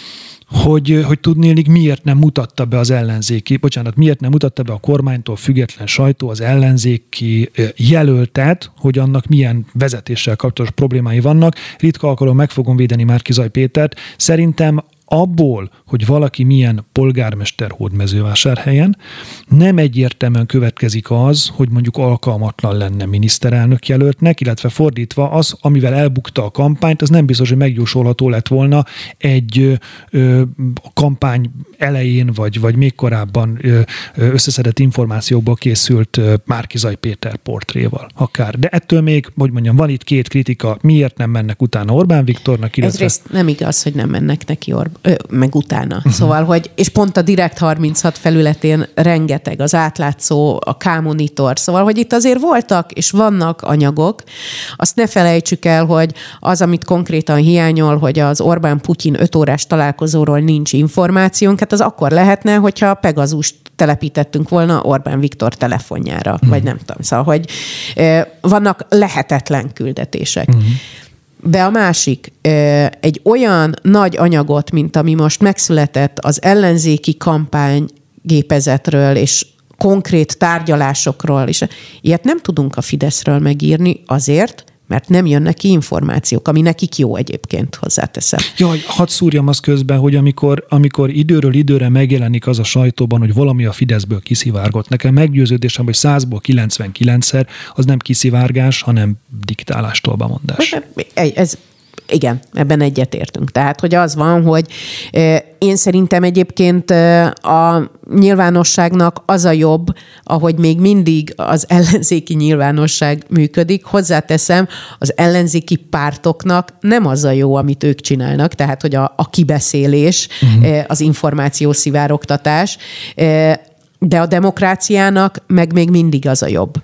hogy, hogy tudnélik, miért nem mutatta be az ellenzéki, bocsánat, miért nem mutatta be a kormánytól független sajtó az ellenzéki jelöltet, hogy annak milyen vezetéssel kapcsolatos problémái vannak. Ritka alkalom meg fogom védeni Márki-Zay Pétert. Szerintem abból, hogy valaki milyen polgármester Hódmezővásárhelyen, nem egyértelműen következik az, hogy mondjuk alkalmatlan lenne miniszterelnök jelöltnek, illetve fordítva az, amivel elbukta a kampányt, az nem biztos, hogy megjósolható lett volna egy ö, kampány elején, vagy, vagy még korábban ö, összeszedett információkból készült ö, Márki-Zay Péter portréval akár. De ettől még, hogy mondjam, van itt két kritika, miért nem mennek utána Orbán Viktornak, illetve... Egyrészt nem igaz, hogy nem mennek neki Orbán. Ö, meg utána. Uh-huh. Szóval, hogy, és pont a Direkt harminchat felületén rengeteg, az átlátszó, a K-monitor, szóval, hogy itt azért voltak, és vannak anyagok. Azt ne felejtsük el, hogy az, amit konkrétan hiányol, hogy az Orbán-Putyin öt órás találkozóról nincs információnk, hát az akkor lehetne, hogyha a Pegazust telepítettünk volna Orbán Viktor telefonjára, uh-huh. vagy nem tudom. Szóval, hogy e, vannak lehetetlen küldetések. Uh-huh. De a másik, egy olyan nagy anyagot, mint ami most megszületett az ellenzéki kampánygépezetről, és konkrét tárgyalásokról, és ilyet nem tudunk a Fideszről megírni azért, mert nem jönnek ki információk, ami nekik jó egyébként, hozzáteszem. Jaj, hadd szúrjam azt közben, hogy amikor, amikor időről időre megjelenik az a sajtóban, hogy valami a Fideszből kiszivárgott. Nekem meggyőződésem, hogy százból kilencvenkilencszer az nem kiszivárgás, hanem diktálás, tolbamondás. Ez igen, ebben egyetértünk. Tehát, hogy az van, hogy én szerintem egyébként a nyilvánosságnak az a jobb, ahogy még mindig az ellenzéki nyilvánosság működik. Hozzáteszem, az ellenzéki pártoknak nem az a jó, amit ők csinálnak, tehát, hogy a, a kibeszélés, uh-huh. az információszivárogtatás, de a demokráciának meg még mindig az a jobb.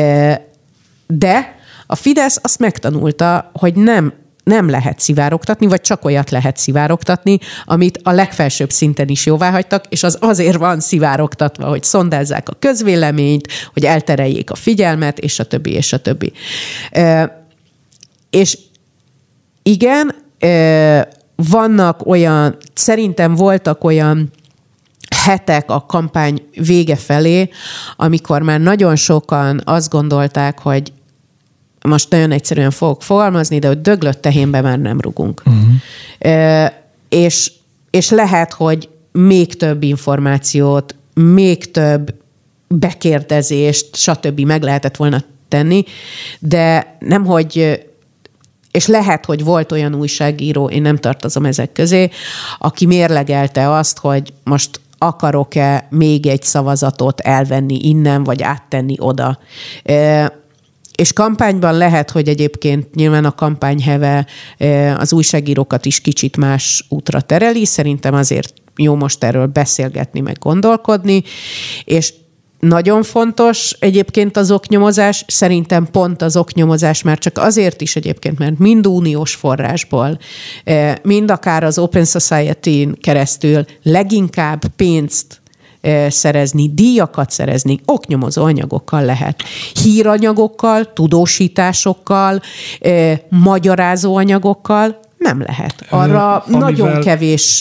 De a Fidesz azt megtanulta, hogy nem nem lehet szivárogtatni, vagy csak olyat lehet szivárogtatni, amit a legfelsőbb szinten is jóváhagytak, és az azért van szivárogtatva, hogy szondázzák a közvéleményt, hogy eltereljék a figyelmet, és a többi, és a többi. E, és igen, e, vannak olyan, szerintem voltak olyan hetek a kampány vége felé, amikor már nagyon sokan azt gondolták, hogy most nagyon egyszerűen fogok fogalmazni, de hogy döglött tehénbe már nem rugunk. Uh-huh. E, és, és lehet, hogy még több információt, még több bekérdezést, stb. Meg lehetett volna tenni, de nem, hogy és lehet, hogy volt olyan újságíró, én nem tartozom ezek közé, aki mérlegelte azt, hogy most akarok-e még egy szavazatot elvenni innen, vagy áttenni oda. E, És kampányban lehet, hogy egyébként nyilván a kampányheve az újságírókat is kicsit más útra tereli. Szerintem azért jó most erről beszélgetni, meg gondolkodni. És nagyon fontos egyébként az oknyomozás, szerintem pont az oknyomozás már csak azért is egyébként, mert mind uniós forrásból, mind akár az Open Society-n keresztül leginkább pénzt szerezni, díjakat szerezni, oknyomozó anyagokkal lehet. Híranyagokkal, tudósításokkal, magyarázó anyagokkal nem lehet. Arra Amivel nagyon kevés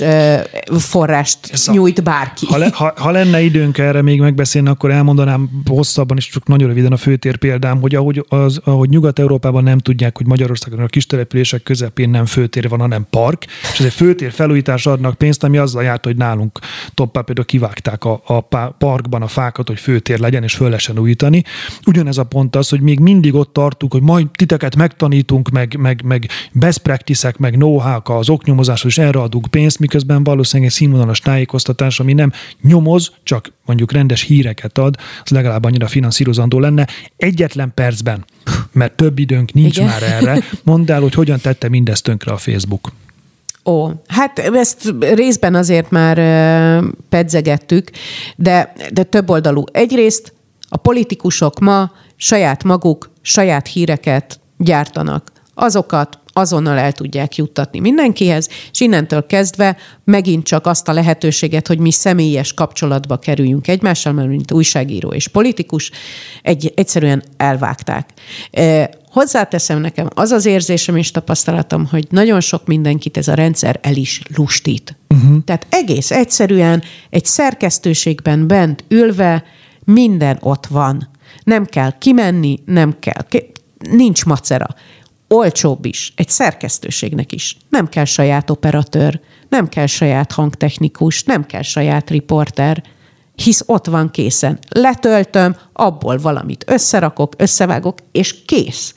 forrást a, nyújt bárki. Ha, le, ha, ha lenne időnk erre még megbeszélni, akkor elmondanám hosszabban, és csak nagyon röviden a főtér példám, hogy ahogy, az, ahogy Nyugat-Európában nem tudják, hogy Magyarországon a kis települések közepén nem főtér van, hanem park, és ezért főtér felújításra adnak pénzt, ami azzal járt, hogy nálunk toppá például kivágták a, a parkban a fákat, hogy főtér legyen, és föl lehessen újítani. Ugyanez a pont az, hogy még mindig ott tartunk, hogy majd titeket megtanítunk, meg, meg, meg best practice-ek, meg know-how-k az oknyomozáshoz, és erre adunk pénzt, miközben valószínűleg egy színvonalas tájékoztatás, ami nem nyomoz, csak mondjuk rendes híreket ad, az legalább annyira finanszírozandó lenne. Egyetlen percben, mert több időnk nincs Igen. már erre, mondd el, hogy hogyan tette mindezt tönkre a Facebook. Ó, hát ezt részben azért már pedzegettük, de, de több oldalú. Egyrészt a politikusok ma saját maguk, saját híreket gyártanak. Azokat azonnal el tudják juttatni mindenkihez, és innentől kezdve megint csak azt a lehetőséget, hogy mi személyes kapcsolatba kerüljünk egymással, mert mint újságíró és politikus, egy, egyszerűen elvágták. E, hozzáteszem, nekem az az érzésem és tapasztalatom, hogy nagyon sok mindenkit ez a rendszer el is lustít. Uh-huh. Tehát egész egyszerűen egy szerkesztőségben bent ülve minden ott van. Nem kell kimenni, nem kell, nincs macera. Olcsóbb is, egy szerkesztőségnek is. Nem kell saját operatőr, nem kell saját hangtechnikus, nem kell saját riporter, hisz ott van készen. Letöltöm, abból valamit összerakok, összevágok, és kész.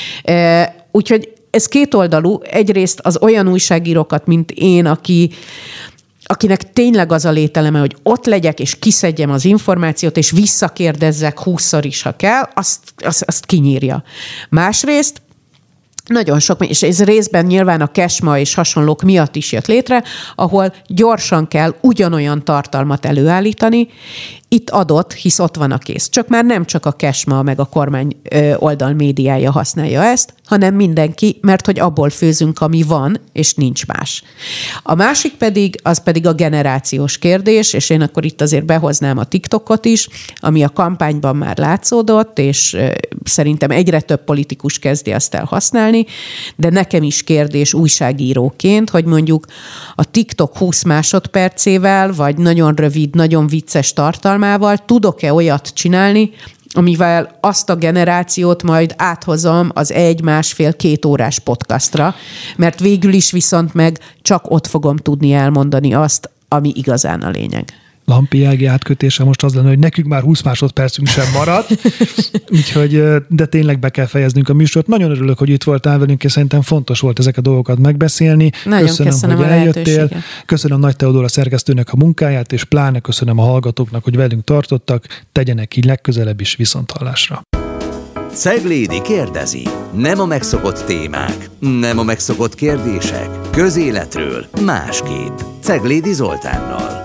E, úgyhogy ez kétoldalú. Egyrészt az olyan újságírókat, mint én, aki akinek tényleg az a lételeme, hogy ott legyek, és kiszedjem az információt, és visszakérdezzek húszszor is, ha kell, azt, azt, azt kinyírja. Másrészt nagyon sok, és ez részben nyilván a Kesma és hasonlók miatt is jött létre, ahol gyorsan kell ugyanolyan tartalmat előállítani, itt adott, hisz ott van a kész. Csak már nem csak a Kesma meg a kormány oldal médiája használja ezt, hanem mindenki, mert hogy abból főzünk, ami van, és nincs más. A másik pedig, az pedig a generációs kérdés, és én akkor itt azért behoznám a TikTokot is, ami a kampányban már látszódott, és szerintem egyre több politikus kezdi azt el használni, de nekem is kérdés újságíróként, hogy mondjuk a TikTok húsz másodpercével, vagy nagyon rövid, nagyon vicces tartalmával tudok-e olyat csinálni, amivel azt a generációt majd áthozom az egy, másfél, két órás podcastra, mert végül is viszont meg csak ott fogom tudni elmondani azt, ami igazán a lényeg. Lampi Ági átkötése most az lenne, hogy nekünk már húsz másodpercünk sem maradt, úgyhogy, de tényleg be kell fejeznünk a műsort. Nagyon örülök, hogy itt voltál velünk, és szerintem fontos volt ezeket a dolgokat megbeszélni. Nagyon köszönöm, köszönöm hogy eljöttél. Köszönöm Nagy Teodóra szerkesztőnek a munkáját, és pláne köszönöm a hallgatóknak, hogy velünk tartottak. Tegyenek így legközelebb is, viszonthallásra. Ceglédi kérdezi. Nem a megszokott témák, nem a megszokott kérdések. Közéletről másképp. Ceglédi Zoltánnal.